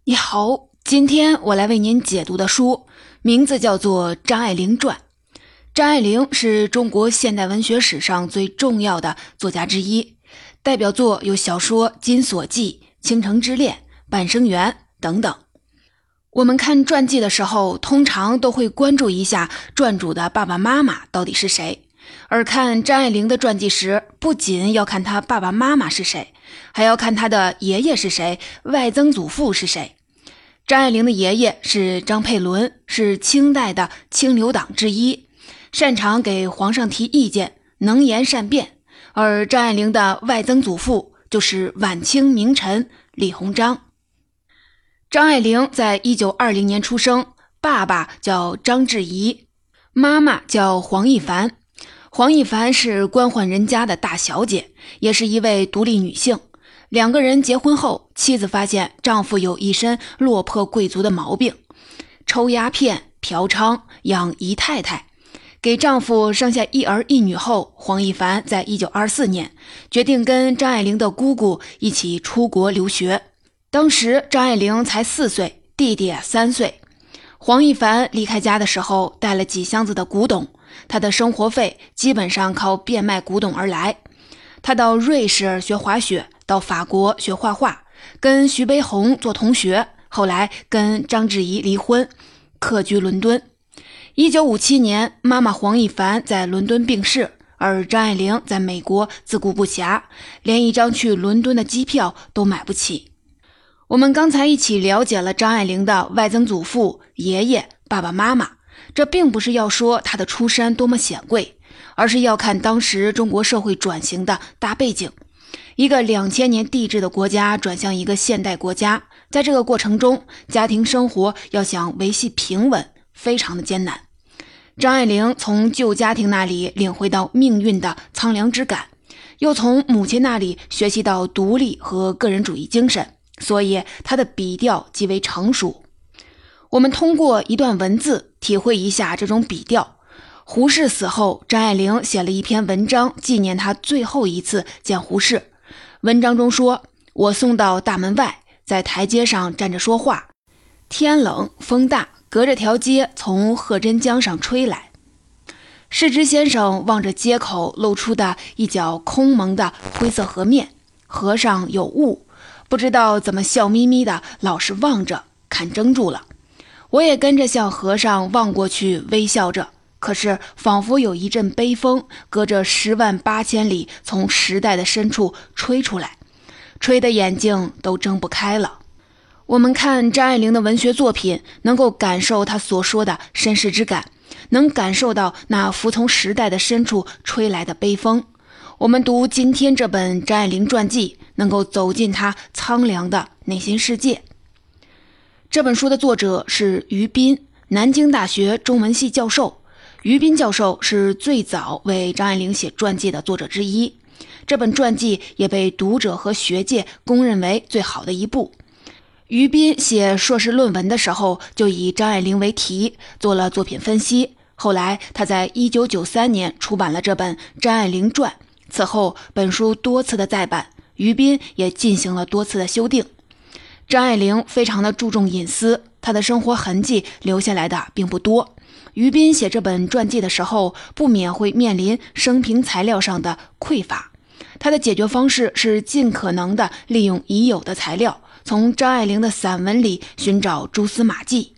你好，今天我来为您解读的书名字叫做《张爱玲传》。张爱玲是中国现代文学史上最重要的作家之一，代表作有小说《金锁记》《倾城之恋》《半生缘》等等。我们看传记的时候，通常都会关注一下传主的爸爸妈妈到底是谁，而看张爱玲的传记时，不仅要看她爸爸妈妈是谁，还要看她的爷爷是谁，外曾祖父是谁。张爱玲的爷爷是张佩纶，是清代的清流党之一，擅长给皇上提意见，能言善辩。而张爱玲的外曾祖父就是晚清名臣李鸿章。张爱玲在1920年出生，爸爸叫张志怡，妈妈叫黄亦凡。黄亦凡是官宦人家的大小姐，也是一位独立女性。两个人结婚后，妻子发现丈夫有一身落魄贵族的毛病，抽鸦片、嫖娼、养姨太太。给丈夫生下一儿一女后，黄亦凡在1924年决定跟张爱玲的姑姑一起出国留学。当时张爱玲才4岁，弟弟3岁。黄亦凡离开家的时候带了几箱子的古董，他的生活费基本上靠变卖古董而来。他到瑞士学滑雪，到法国学画画，跟徐悲鸿做同学，后来跟章志怡离婚，客居伦敦。1957年，妈妈黄亦凡在伦敦病逝，而张爱玲在美国自顾不暇，连一张去伦敦的机票都买不起。我们刚才一起了解了张爱玲的外曾祖父、爷爷、爸爸妈妈，这并不是要说她的出身多么显贵，而是要看当时中国社会转型的大背景。一个2000年帝制的国家转向一个现代国家，在这个过程中，家庭生活要想维系平稳，非常的艰难。张爱玲从旧家庭那里领会到命运的苍凉之感，又从母亲那里学习到独立和个人主义精神，所以她的笔调极为成熟。我们通过一段文字体会一下这种笔调。胡适死后，张爱玲写了一篇文章纪念她最后一次见胡适。文章中说，我送到大门外，在台阶上站着说话，天冷风大，隔着条街从贺真江上吹来。世之先生望着街口露出的一角空蒙的灰色河面，河上有雾，不知道怎么笑眯眯的老是望着，看怔住了。我也跟着向河上望过去，微笑着，可是仿佛有一阵悲风隔着108000里从时代的深处吹出来，吹得眼睛都睁不开了。我们看张爱玲的文学作品，能够感受她所说的身世之感，能感受到那服从时代的深处吹来的悲风。我们读今天这本张爱玲传记，能够走进她苍凉的内心世界。这本书的作者是于斌，南京大学中文系教授。于斌教授是最早为张爱玲写传记的作者之一，这本传记也被读者和学界公认为最好的一部。于斌写硕士论文的时候，就以张爱玲为题做了作品分析，后来他在1993年出版了这本《张爱玲传》，此后本书多次的再版，于斌也进行了多次的修订。张爱玲非常的注重隐私，她的生活痕迹留下来的并不多。于斌写这本传记的时候，不免会面临生平材料上的匮乏，他的解决方式是尽可能的利用已有的材料，从张爱玲的散文里寻找蛛丝马迹。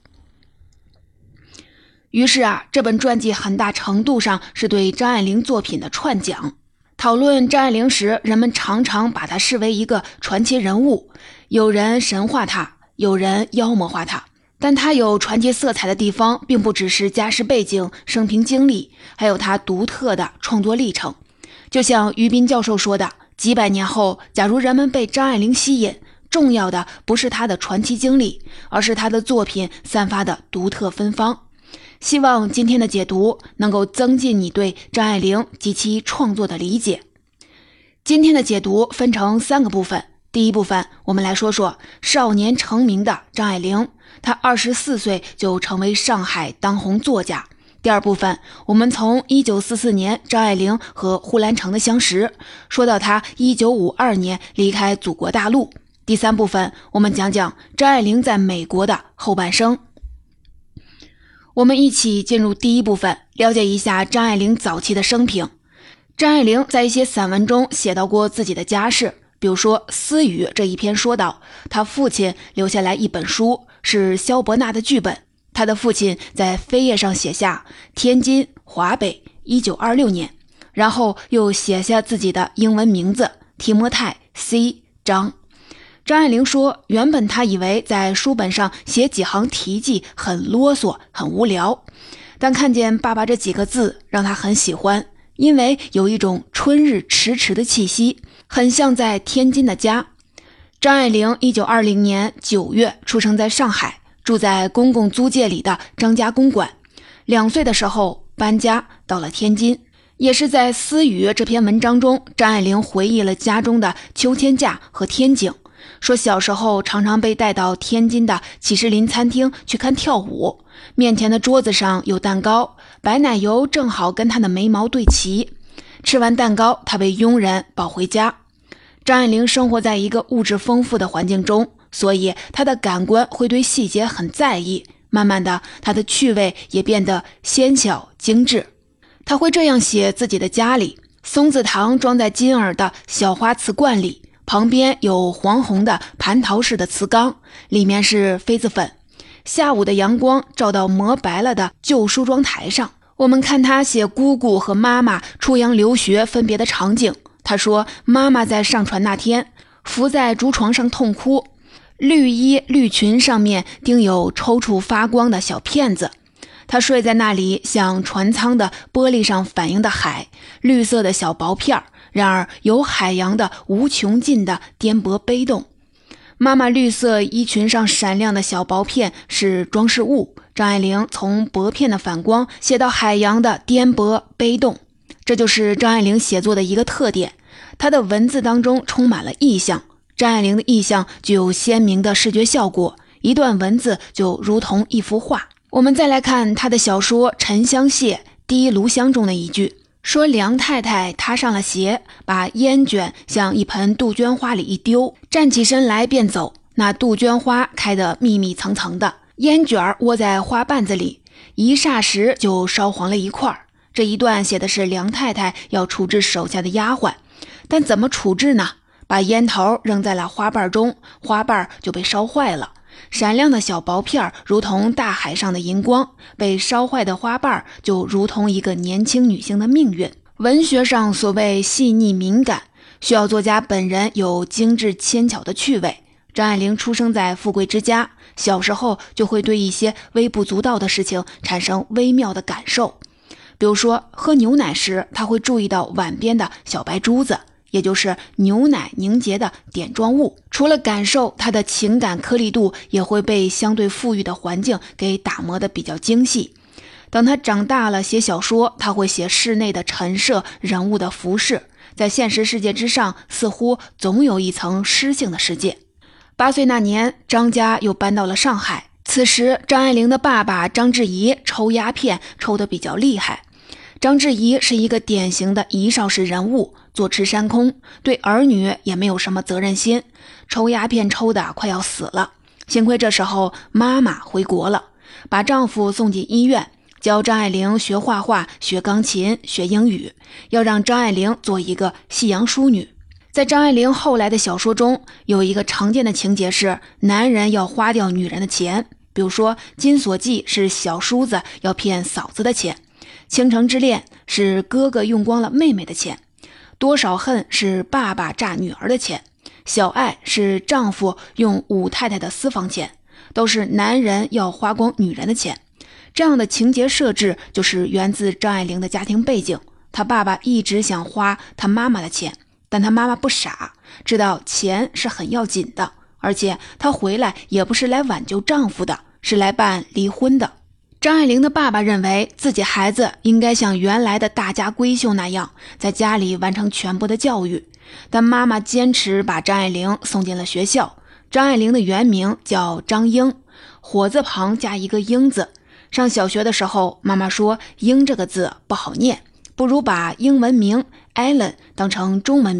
于是这本传记很大程度上是对张爱玲作品的串讲。讨论张爱玲时，人们常常把她视为一个传奇人物，有人神化她，有人妖魔化她。但她有传奇色彩的地方，并不只是家世背景、生平经历，还有她独特的创作历程。就像于斌教授说的，几百年后，假如人们被张爱玲吸引，重要的不是她的传奇经历，而是她的作品散发的独特芬芳。希望今天的解读能够增进你对张爱玲及其创作的理解。今天的解读分成3个部分。第一部分，我们来说说少年成名的张爱玲，她24岁就成为上海当红作家。第二部分，我们从1944年张爱玲和呼兰成的相识，说到她1952年离开祖国大陆。 第3部分，我们讲讲张爱玲在美国的后半生。我们一起进入第1部分，了解一下张爱玲早期的生平。张爱玲在一些散文中写到过自己的家事，比如说《私语》这一篇说到，他父亲留下来一本书，是萧伯纳的剧本。他的父亲在扉页上写下天津华北1926年，然后又写下自己的英文名字提摩太 C 张。张爱玲说，原本她以为在书本上写几行题记很啰嗦很无聊，但看见爸爸这几个字让她很喜欢，因为有一种春日迟迟的气息，很像在天津的家。张爱玲1920年9月出生在上海，住在公共租界里的张家公馆。2岁的时候搬家到了天津。也是在《私语》这篇文章中，张爱玲回忆了家中的秋千架和天井，说小时候常常被带到天津的启士林餐厅去看跳舞，面前的桌子上有蛋糕，白奶油正好跟她的眉毛对齐。吃完蛋糕，她被佣人抱回家。张爱玲生活在一个物质丰富的环境中，所以她的感官会对细节很在意，慢慢的，她的趣味也变得纤巧精致。她会这样写自己的家里：松子糖装在金耳的小花瓷罐里，旁边有黄红的蟠桃式的瓷缸，里面是痱子粉。下午的阳光照到磨白了的旧梳妆台上，我们看她写姑姑和妈妈出洋留学分别的场景。她说，妈妈在上船那天伏在竹床上痛哭，绿衣绿裙上面钉有抽搐发光的小片子，她睡在那里，像船舱的玻璃上反映的海，绿色的小薄片，然而有海洋的无穷尽的颠簸悲动。妈妈绿色衣裙上闪亮的小薄片是装饰物，张爱玲从薄片的反光写到海洋的颠簸悲动，这就是张爱玲写作的一个特点。她的文字当中充满了意象，张爱玲的意象具有鲜明的视觉效果，一段文字就如同一幅画。我们再来看她的小说《沉香屑·第一炉香》中的一句，说梁太太踏上了鞋，把烟卷向一盆杜鹃花里一丢，站起身来便走，那杜鹃花开得密密层层的，烟卷窝在花瓣子里，一霎时就烧黄了一块。这一段写的是梁太太要处置手下的丫鬟，但怎么处置呢？把烟头扔在了花瓣中，花瓣就被烧坏了，闪亮的小薄片如同大海上的银光，被烧坏的花瓣就如同一个年轻女性的命运。文学上所谓细腻敏感，需要作家本人有精致纤巧的趣味。张爱玲出生在富贵之家，小时候就会对一些微不足道的事情产生微妙的感受。比如说喝牛奶时，她会注意到碗边的小白珠子，也就是牛奶凝结的点状物。除了感受，她的情感颗粒度也会被相对富裕的环境给打磨得比较精细。等她长大了写小说，她会写室内的陈设，人物的服饰，在现实世界之上似乎总有一层诗性的世界。8岁那年，张家又搬到了上海，此时张爱玲的爸爸张志怡抽鸦片抽得比较厉害。张志怡是一个典型的遗少式人物，坐吃山空，对儿女也没有什么责任心，抽鸦片抽得快要死了。幸亏这时候妈妈回国了，把丈夫送进医院，教张爱玲学画画、学钢琴、学英语，要让张爱玲做一个西洋淑女。在张爱玲后来的小说中，有一个常见的情节是男人要花掉女人的钱，比如说《金锁记》是小叔子要骗嫂子的钱，倾城之恋是哥哥用光了妹妹的钱，多少恨是爸爸诈女儿的钱，小爱是丈夫用武太太的私房钱，都是男人要花光女人的钱。这样的情节设置就是源自张爱玲的家庭背景，她爸爸一直想花她妈妈的钱，但她妈妈不傻，知道钱是很要紧的，而且她回来也不是来挽救丈夫的，是来办离婚的。张爱玲的爸爸认为自己孩子应该像原来的大家闺秀那样，在家里完成全部的教育，但妈妈坚持把张爱玲送进了学校。张爱玲的原名叫张英，火字旁加一个英字。上小学的时候，妈妈说英这个字不好念，不如把英文名 Ellen 当成中文名，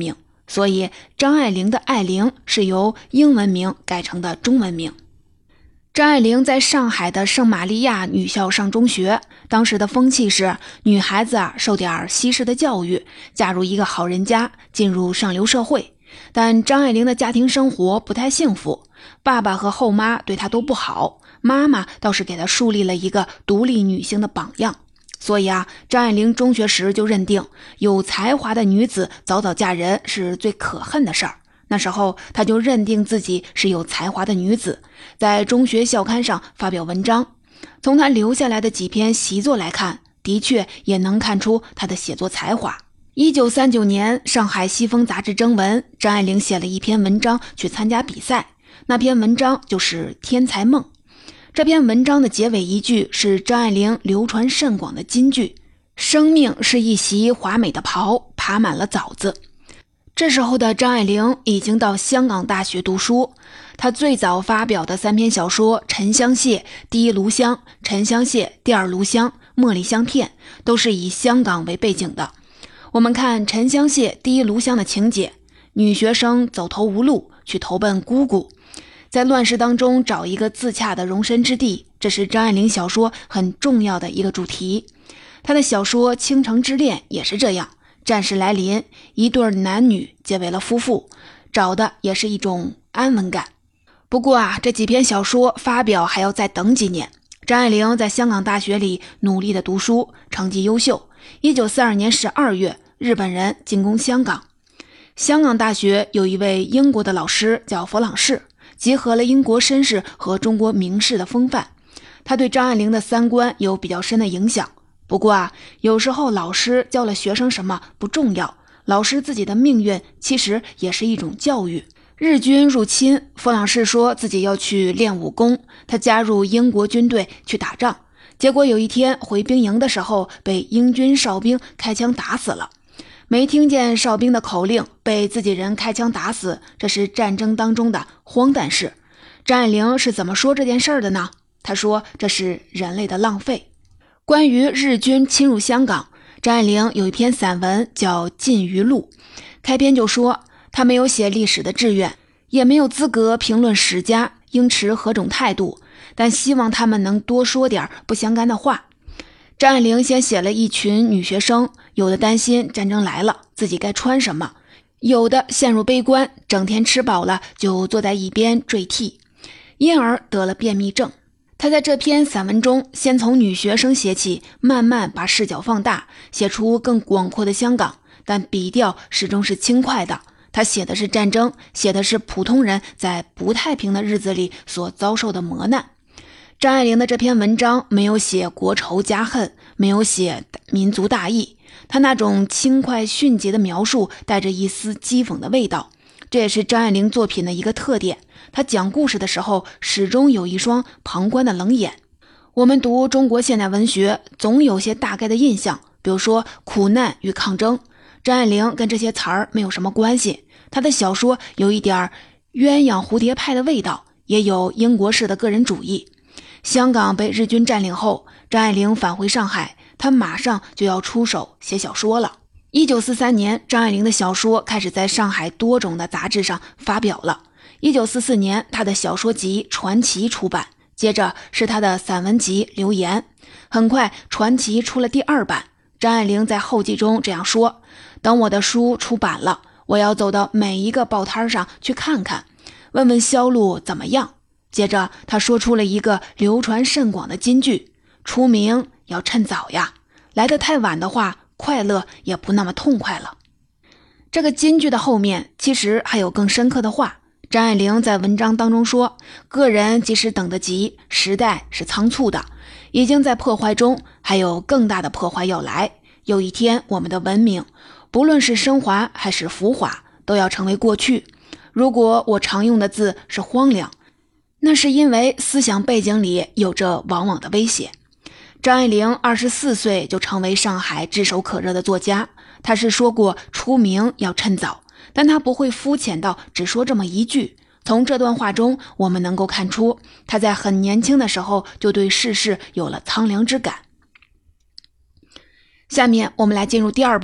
所以张爱玲的爱玲是由英文名改成的中文名。张爱玲在上海的圣玛利亚女校上中学，当时的风气是女孩子受点西式的教育，嫁入一个好人家，进入上流社会。但张爱玲的家庭生活不太幸福，爸爸和后妈对她都不好，妈妈倒是给她树立了一个独立女性的榜样。所以张爱玲中学时就认定有才华的女子早早嫁人是最可恨的事儿。那时候她就认定自己是有才华的女子，在中学校刊上发表文章。从她留下来的几篇习作来看，的确也能看出她的写作才华。1939年上海西风杂志征文，张爱玲写了一篇文章去参加比赛，那篇文章就是《天才梦》。这篇文章的结尾一句是张爱玲流传甚广的金句：生命是一袭华美的袍，爬满了枣子。这时候的张爱玲已经到香港大学读书，她最早发表的3篇小说《沉香屑》《第一炉香》《沉香屑》《第二炉香》《茉莉香片》都是以香港为背景的。我们看《沉香屑》《第一炉香》的情节，女学生走投无路，去投奔姑姑，在乱世当中找一个自洽的容身之地，这是张爱玲小说很重要的一个主题。她的小说《倾城之恋》也是这样，战事来临，一对男女结为了夫妇，找的也是一种安稳感。不过这几篇小说发表还要再等几年。张爱玲在香港大学里努力的读书，成绩优秀。1942年12月，日本人进攻香港。香港大学有一位英国的老师叫弗朗士，集合了英国绅士和中国名士的风范，他对张爱玲的三观有比较深的影响。不过有时候老师教了学生什么不重要，老师自己的命运其实也是一种教育。日军入侵，弗朗士说自己要去练武功，他加入英国军队去打仗，结果有一天回兵营的时候被英军哨兵开枪打死了。没听见哨兵的口令，被自己人开枪打死，这是战争当中的荒诞事。张爱玲是怎么说这件事的呢？她说这是人类的浪费。关于日军侵入香港，张爱玲有一篇散文叫《禁渔录》，开篇就说她没有写历史的志愿，也没有资格评论史家应持何种态度，但希望他们能多说点不相干的话。张爱玲先写了一群女学生，有的担心战争来了自己该穿什么，有的陷入悲观，整天吃饱了就坐在一边坠涕，因而得了便秘症。她在这篇散文中先从女学生写起，慢慢把视角放大，写出更广阔的香港，但笔调始终是轻快的。她写的是战争，写的是普通人在不太平的日子里所遭受的磨难。张爱玲的这篇文章没有写国仇家恨，没有写民族大义，她那种轻快迅捷的描述带着一丝讥讽的味道，这也是张爱玲作品的一个特点。她讲故事的时候始终有一双旁观的冷眼。我们读中国现代文学总有些大概的印象，比如说苦难与抗争，张爱玲跟这些词儿没有什么关系。她的小说有一点鸳鸯蝴蝶派的味道，也有英国式的个人主义。香港被日军占领后，张爱玲返回上海，她马上就要出手写小说了。1943年，张爱玲的小说开始在上海多种的杂志上发表了。1944年，她的小说集《传奇》出版，接着是她的散文集《流言》。很快，《传奇》出了第2版。张爱玲在后记中这样说：等我的书出版了，我要走到每一个报摊上去看看，问问销路怎么样。接着他说出了一个流传甚广的金句：出名要趁早呀，来得太晚的话，快乐也不那么痛快了。这个金句的后面其实还有更深刻的话。张爱玲在文章当中说，个人即使等得急，时代是仓促的，已经在破坏中，还有更大的破坏要来。有一天，我们的文明不论是升华还是浮华，都要成为过去。如果我常用的字是荒凉，那是因为思想背景里有着往往的威胁。张爱玲24岁就成为上海炙手可热的作家，她是说过出名要趁早，但她不会肤浅到只说这么一句。从这段话中，我们能够看出她在很年轻的时候就对世事有了苍凉之感。下面我们来进入第2部分，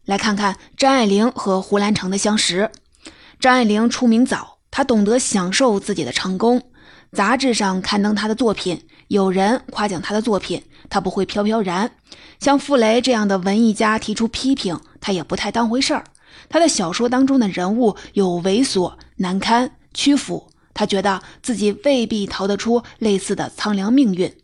来看看张爱玲和胡兰成的相识。张爱玲出名早，她懂得享受自己的成功。杂志上刊登她的作品，有人夸奖她的作品，她不会飘飘然。像傅雷这样的文艺家提出批评，她也不太当回事儿。她的小说当中的人物有猥琐、难堪、屈服，她觉得自己未必逃得出类似的苍凉命运。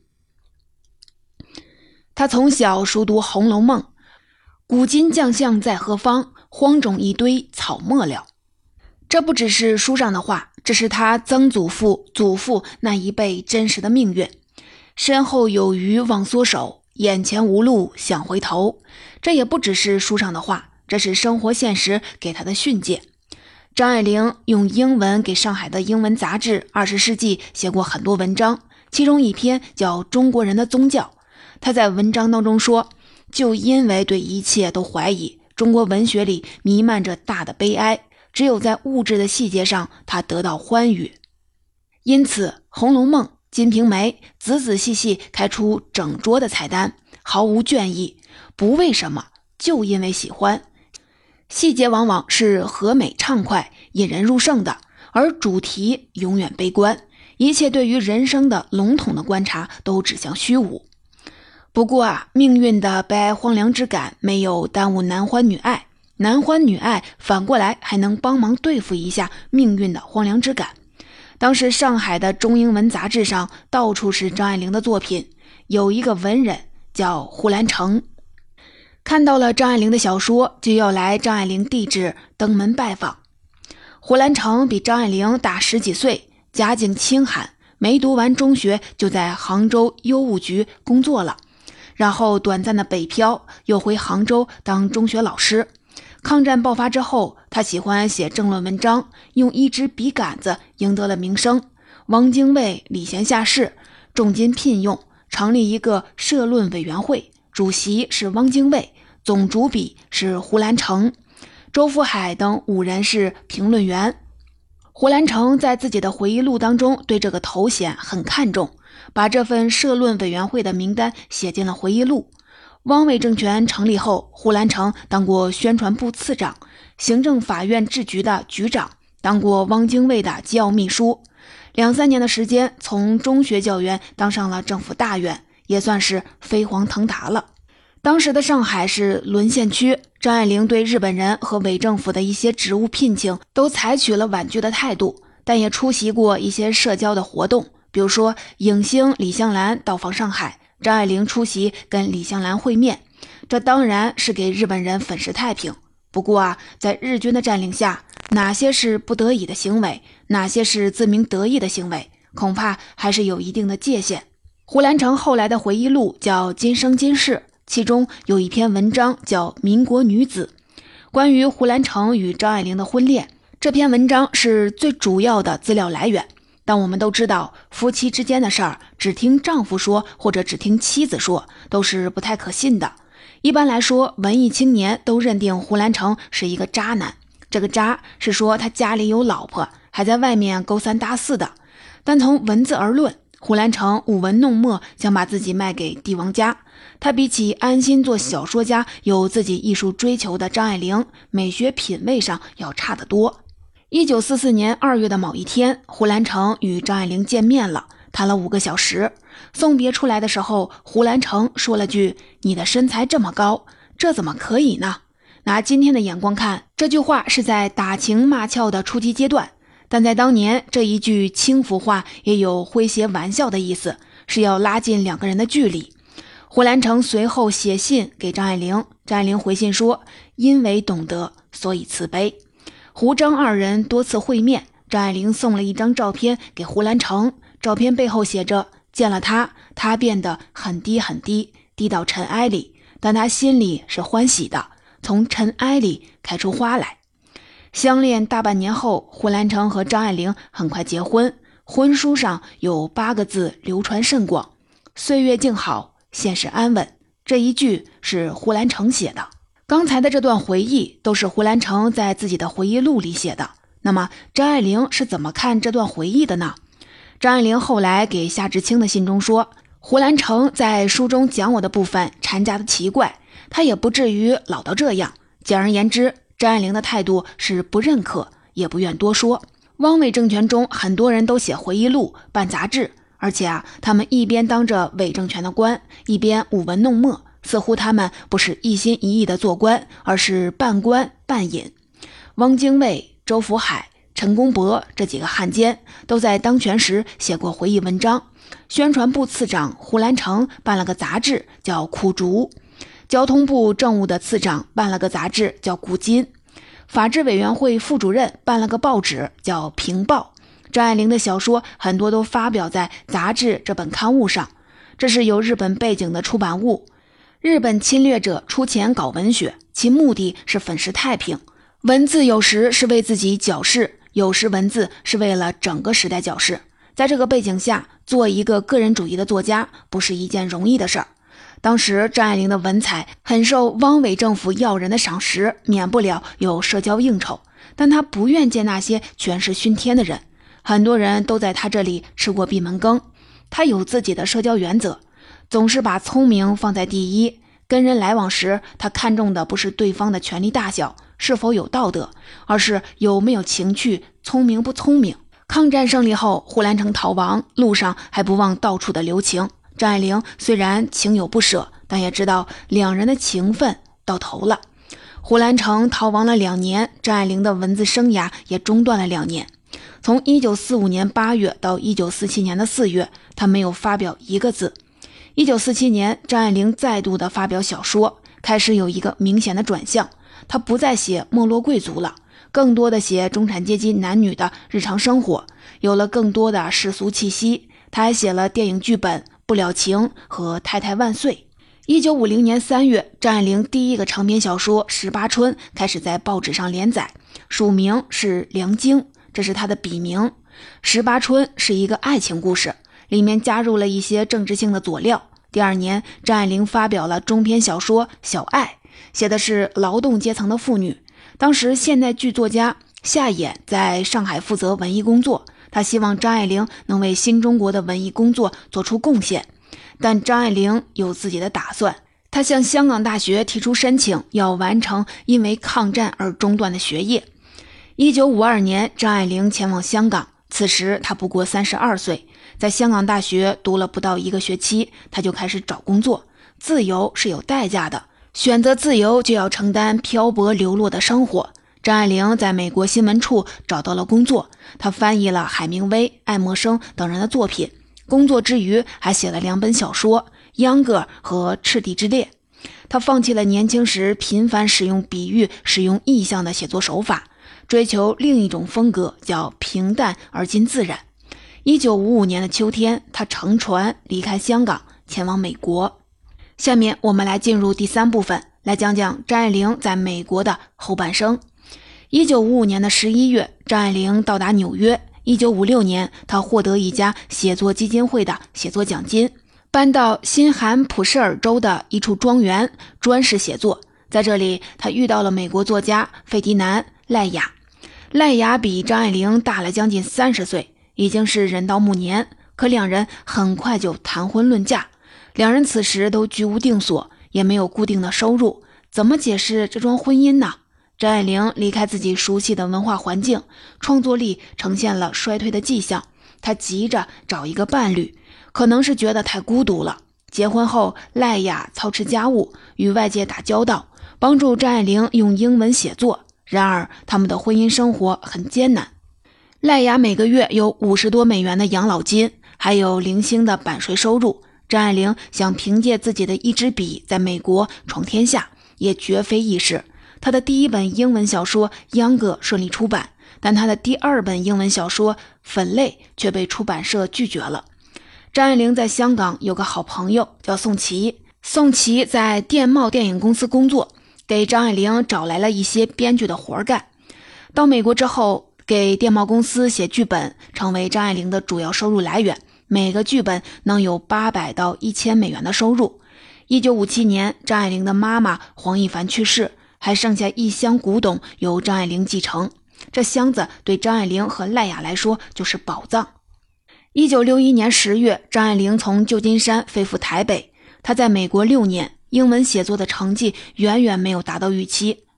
她从小熟读《红楼梦》，古今将相在何方，荒冢一堆草没了。这不只是书上的话，这是他曾祖父、祖父那一辈真实的命运。身后有余忘缩手，眼前无路想回头。这也不只是书上的话，这是生活现实给他的训诫。张爱玲用英文给上海的英文杂志《20世纪》写过很多文章，其中一篇叫《中国人的宗教》。她在文章当中说，就因为对一切都怀疑，中国文学里弥漫着大的悲哀，只有在物质的细节上他得到欢愉。因此《红楼梦》《金瓶梅》仔仔细细开出整桌的菜单，毫无倦意，不为什么，就因为喜欢。细节往往是和美畅快引人入胜的，而主题永远悲观，一切对于人生的笼统的观察都指向虚无。不过命运的悲哀荒凉之感没有耽误男欢女爱，男欢女爱反过来还能帮忙对付一下命运的荒凉之感。当时上海的中英文杂志上到处是张爱玲的作品，有一个文人叫胡兰成，看到了张爱玲的小说，就要来张爱玲地址登门拜访。胡兰成比张爱玲大10几岁，家境清寒，没读完中学就在杭州邮务局工作了，然后短暂的北漂，又回杭州当中学老师。抗战爆发之后，他喜欢写政论文章，用一支笔杆子赢得了名声。汪精卫礼贤下士，重金聘用，成立一个社论委员会，主席是汪精卫，总主笔是胡兰成，周福海等5人是评论员。胡兰成在自己的回忆录当中对这个头衔很看重，把这份社论委员会的名单写进了回忆录。汪伪政权成立后，胡兰成当过宣传部次长，行政法院治局的局长，当过汪精卫的机要秘书。2-3年的时间，从中学教员当上了政府大员，也算是飞黄腾达了。当时的上海是沦陷区，张爱玲对日本人和伪政府的一些职务聘请都采取了婉拒的态度，但也出席过一些社交的活动，比如说影星李香兰到访上海，张爱玲出席跟李香兰会面，这当然是给日本人粉饰太平。不过在日军的占领下，哪些是不得已的行为，哪些是自鸣得意的行为，恐怕还是有一定的界限。胡兰成后来的回忆录叫《今生今世》，其中有一篇文章叫《民国女子》，关于胡兰成与张爱玲的婚恋。这篇文章是最主要的资料来源。但我们都知道，夫妻之间的事儿，只听丈夫说或者只听妻子说，都是不太可信的。一般来说，文艺青年都认定胡兰成是一个渣男。这个渣是说他家里有老婆，还在外面勾三搭四的。但从文字而论，胡兰成舞文弄墨，想把自己卖给帝王家。他比起安心做小说家，有自己艺术追求的张爱玲，美学品味上要差得多。1944年2月的某一天，胡兰成与张爱玲见面了，谈了5个小时。送别出来的时候，胡兰成说了句：“你的身材这么高，这怎么可以呢？”拿今天的眼光看，这句话是在打情骂俏的初级阶段，但在当年，这一句轻浮话也有诙谐玩笑的意思，是要拉近2个人的距离。胡兰成随后写信给张爱玲，张爱玲回信说：“因为懂得，所以慈悲。”胡张2人多次会面，张爱玲送了一张照片给胡兰成，照片背后写着：“见了他，他变得很低很低，低到尘埃里，但他心里是欢喜的，从尘埃里开出花来。”相恋大半年后，胡兰成和张爱玲很快结婚，婚书上有8个字流传甚广：“岁月静好，现实安稳。”这一句是胡兰成写的。刚才的这段回忆都是胡兰成在自己的回忆录里写的。那么张爱玲是怎么看这段回忆的呢？张爱玲后来给夏志清的信中说，胡兰成在书中讲我的部分掺加的奇怪，他也不至于老到这样， 简而言之，张爱玲的态度是不认可，也不愿多说。汪伪政权中很多人都写回忆录、办杂志，而且他们一边当着伪政权的官，一边舞文弄墨，似乎他们不是一心一意的做官，而是半官半隐。汪精卫、周福海、陈公博这几个汉奸都在当权时写过回忆文章。宣传部次长胡兰成办了个杂志叫《苦竹》，交通部政务的次长办了个杂志叫《古今》，法制委员会副主任办了个报纸叫《平报》。张爱玲的小说很多都发表在杂志这本刊物上，这是有日本背景的出版物。日本侵略者出钱搞文学，其目的是粉饰太平。文字有时是为自己矫饰，有时文字是为了整个时代矫饰。在这个背景下，做一个个人主义的作家不是一件容易的事儿。当时张爱玲的文采很受汪伪政府要人的赏识，免不了有社交应酬，但她不愿见那些权势熏天的人。很多人都在她这里吃过闭门羹。她有自己的社交原则，总是把聪明放在第一。跟人来往时，她看重的不是对方的权力大小，是否有道德，而是有没有情趣，聪明不聪明。抗战胜利后，胡兰成逃亡，路上还不忘到处的留情。张爱玲虽然情有不舍，但也知道两人的情分到头了。胡兰成逃亡了2年，张爱玲的文字生涯也中断了2年。从1945年8月到1947年的4月，她没有发表一个字。1947年，张爱玲再度的发表小说，开始有一个明显的转向。她不再写没落贵族了，更多的写中产阶级男女的日常生活，有了更多的世俗气息。她还写了电影剧本《不了情》和《太太万岁》。1950年3月，张爱玲第一个长篇小说《十八春》开始在报纸上连载，署名是梁京，这是她的笔名。《十八春》是一个爱情故事，里面加入了一些政治性的佐料。第2年，张爱玲发表了中篇小说《小爱》，写的是劳动阶层的妇女。当时现代剧作家夏衍在上海负责文艺工作，他希望张爱玲能为新中国的文艺工作做出贡献。但张爱玲有自己的打算，她向香港大学提出申请，要完成因为抗战而中断的学业。1952年，张爱玲前往香港，此时她不过32岁，在香港大学读了不到1个学期，她就开始找工作。自由是有代价的，选择自由就要承担漂泊流落的生活。张爱玲在美国新闻处找到了工作，她翻译了海明威、爱默生等人的作品，工作之余还写了2本小说《秧歌》和《赤地之恋》。她放弃了年轻时频繁使用比喻、使用意象的写作手法，追求另一种风格，叫平淡而今自然。1955年的秋天，她乘船离开香港，前往美国。下面我们来进入第3部分，来讲讲张爱玲在美国的后半生。1955年的11月，张爱玲到达纽约。1956年，她获得一家写作基金会的写作奖金，搬到新罕普什尔州的一处庄园，专事写作。在这里，她遇到了美国作家费迪南·赖雅。赖雅比张爱玲大了将近30岁，已经是人到暮年，可两人很快就谈婚论嫁。两人此时都居无定所，也没有固定的收入，怎么解释这桩婚姻呢？张爱玲离开自己熟悉的文化环境，创作力呈现了衰退的迹象。她急着找一个伴侣，可能是觉得太孤独了。结婚后，赖雅操持家务，与外界打交道，帮助张爱玲用英文写作。然而，他们的婚姻生活很艰难。赖雅每个月有50多美元的养老金，还有零星的版税收入。张爱玲想凭借自己的一支笔在美国闯天下，也绝非易事。她的第1本英文小说《秧歌》顺利出版，但她的第2本英文小说《粉类》却被出版社拒绝了。张爱玲在香港有个好朋友叫宋琦，宋琦在电懋电影公司工作，给张爱玲找来了一些编剧的活干。到美国之后，给电懋公司写剧本成为张爱玲的主要收入来源，每个剧本能有800到1000美元的收入。1957年，张爱玲的妈妈黄亦凡去世，还剩下一箱古董由张爱玲继承。这箱子对张爱玲和赖雅来说就是宝藏。1961年10月，张爱玲从旧金山飞赴台北。她在美国6年，英文写作的成绩远远没有达到预期。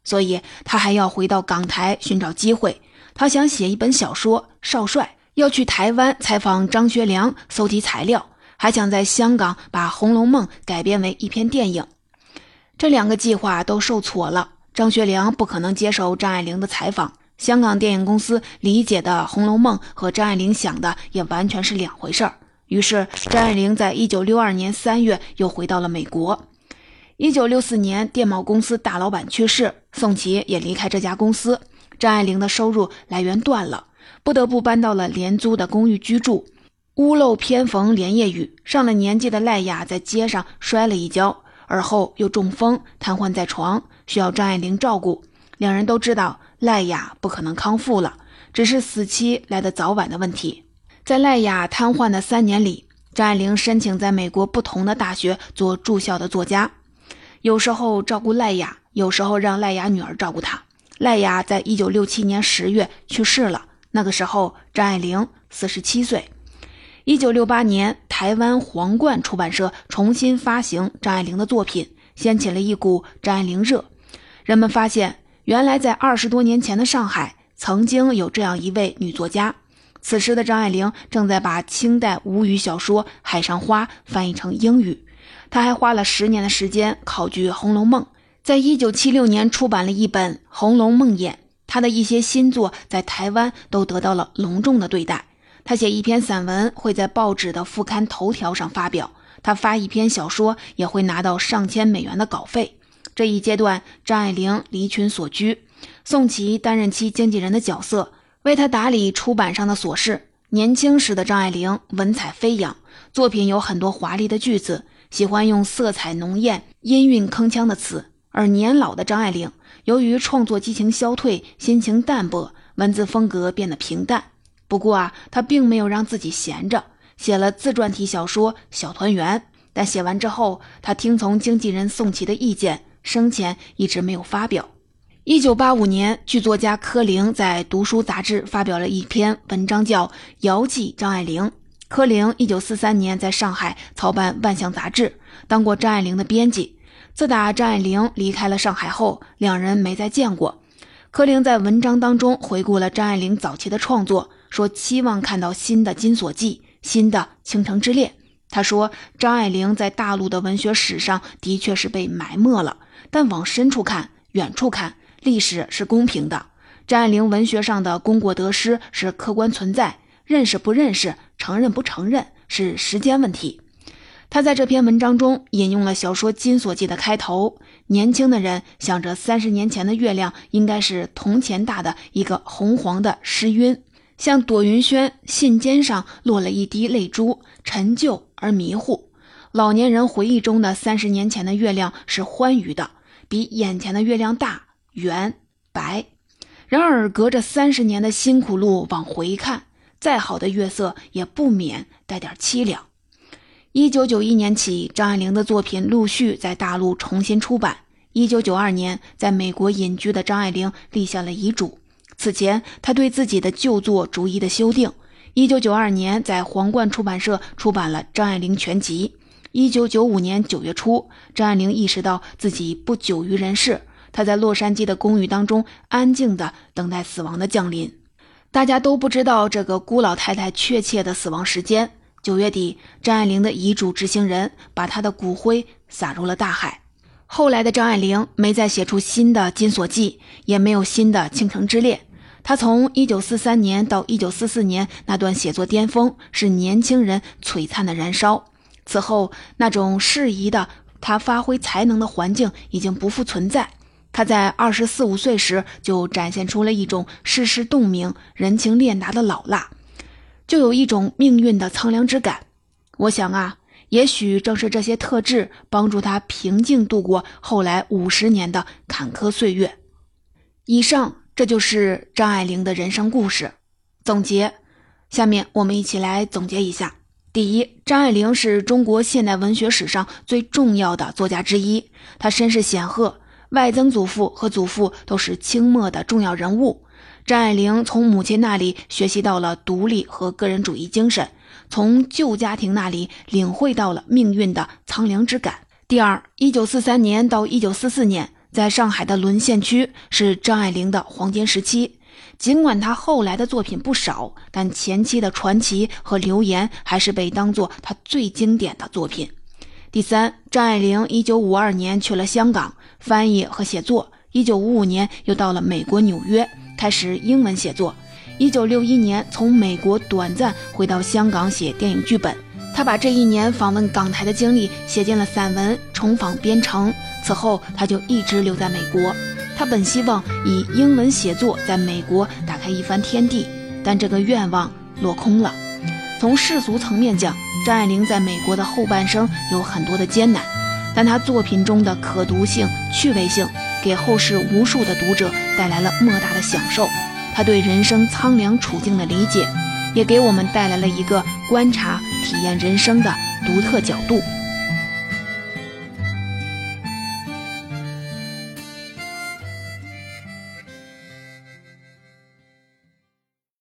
所以他还要回到港台寻找机会。他想写一本小说《少帅》，要去台湾采访张学良搜集材料，还想在香港把《红楼梦》改编为一篇电影。这2个计划都受挫了，张学良不可能接受张爱玲的采访，香港电影公司理解的《红楼梦》和张爱玲想的也完全是两回事儿。于是张爱玲在1962年3月又回到了美国。1964年电懋公司大老板去世，宋琦也离开这家公司，张爱玲的收入来源断了，不得不搬到了廉租的公寓居住。屋漏偏逢连夜雨，上了年纪的赖雅在街上摔了一跤，而后又中风瘫痪在床，需要张爱玲照顾。两人都知道赖雅不可能康复了，只是死期来得早晚的问题。在赖雅瘫痪的3年里，张爱玲申请在美国不同的大学做住校的作家，有时候照顾赖雅，有时候让赖雅女儿照顾她。赖雅在1967年10月去世了，那个时候张爱玲47岁。1968年，台湾皇冠出版社重新发行张爱玲的作品，掀起了一股张爱玲热。人们发现，原来在20多年前的上海，曾经有这样一位女作家。此时的张爱玲正在把清代吴语小说《海上花》翻译成英语，她还花了10年的时间考据《红楼梦》，在1976年出版了一本《红楼梦魇》。她的一些新作在台湾都得到了隆重的对待。她写一篇散文会在报纸的副刊头条上发表，她发一篇小说也会拿到上千美元的稿费。这一阶段，张爱玲离群所居，宋琦担任其经纪人的角色，为她打理出版上的琐事。年轻时的张爱玲文采飞扬，作品有很多华丽的句子，喜欢用色彩浓艳、音韵铿锵的词。而年老的张爱玲由于创作激情消退，心情淡薄，文字风格变得平淡。不过她并没有让自己闲着，写了自传体小说《小团圆》，但写完之后，她听从经纪人宋琦的意见，生前一直没有发表。1985年，剧作家柯林在《读书》杂志发表了一篇文章，叫《遥记张爱玲》。柯林1943年在上海操办万象杂志，当过张爱玲的编辑。自打张爱玲离开了上海后，两人没再见过。柯林在文章当中回顾了张爱玲早期的创作，说期望看到新的《金锁记》，新的《倾城之恋》。他说，张爱玲在大陆的文学史上的确是被埋没了，但往深处看，远处看，历史是公平的。张爱玲文学上的功过得失是客观存在，认识不认识，承认不承认，是时间问题。他在这篇文章中引用了小说《金锁记》的开头，年轻的人想着30年前的月亮应该是铜钱大的一个红黄的湿晕，像朵云轩信笺上落了一滴泪珠，陈旧而迷糊。老年人回忆中的30年前的月亮是欢愉的，比眼前的月亮大、圆、白。然而隔着30年的辛苦路往回看，再好的月色也不免带点凄凉。1991年起，张爱玲的作品陆续在大陆重新出版。1992年，在美国隐居的张爱玲立下了遗嘱。此前，她对自己的旧作逐一的修订。1992年，在皇冠出版社出版了《张爱玲全集》。1995年9月初，张爱玲意识到自己不久于人世，她在洛杉矶的公寓当中安静地等待死亡的降临。大家都不知道这个孤老太太确切的死亡时间。9月底，张爱玲的遗嘱执行人把她的骨灰撒入了大海。后来的张爱玲没再写出新的《金锁记》，也没有新的《倾城之恋》。她从1943年到1944年那段写作巅峰，是年轻人璀璨的燃烧。此后，那种适宜的她发挥才能的环境已经不复存在。她在24、25岁时就展现出了一种世事洞明、人情练达的老辣，就有一种命运的苍凉之感。我想也许正是这些特质帮助他平静度过后来50年的坎坷岁月。以上，这就是张爱玲的人生故事。总结，下面我们一起来总结一下。第一，张爱玲是中国现代文学史上最重要的作家之一，她身世显赫，外曾祖父和祖父都是清末的重要人物。张爱玲从母亲那里学习到了独立和个人主义精神，从旧家庭那里领会到了命运的苍凉之感。第二，1943年到1944年， 在上海的沦陷区是张爱玲的黄金时期。尽管她后来的作品不少，但前期的传奇和流言还是被当作她最经典的作品。第三，张爱玲1952年去了香港翻译和写作，1955年又到了美国纽约开始英文写作，1961年从美国短暂回到香港写电影剧本。他把这一年访问港台的经历写进了散文《重访边城》，此后他就一直留在美国。他本希望以英文写作在美国打开一番天地，但这个愿望落空了。从世俗层面讲，张爱玲在美国的后半生有很多的艰难，但她作品中的可读性、趣味性给后世无数的读者带来了莫大的享受。她对人生苍凉处境的理解，也给我们带来了一个观察、体验人生的独特角度。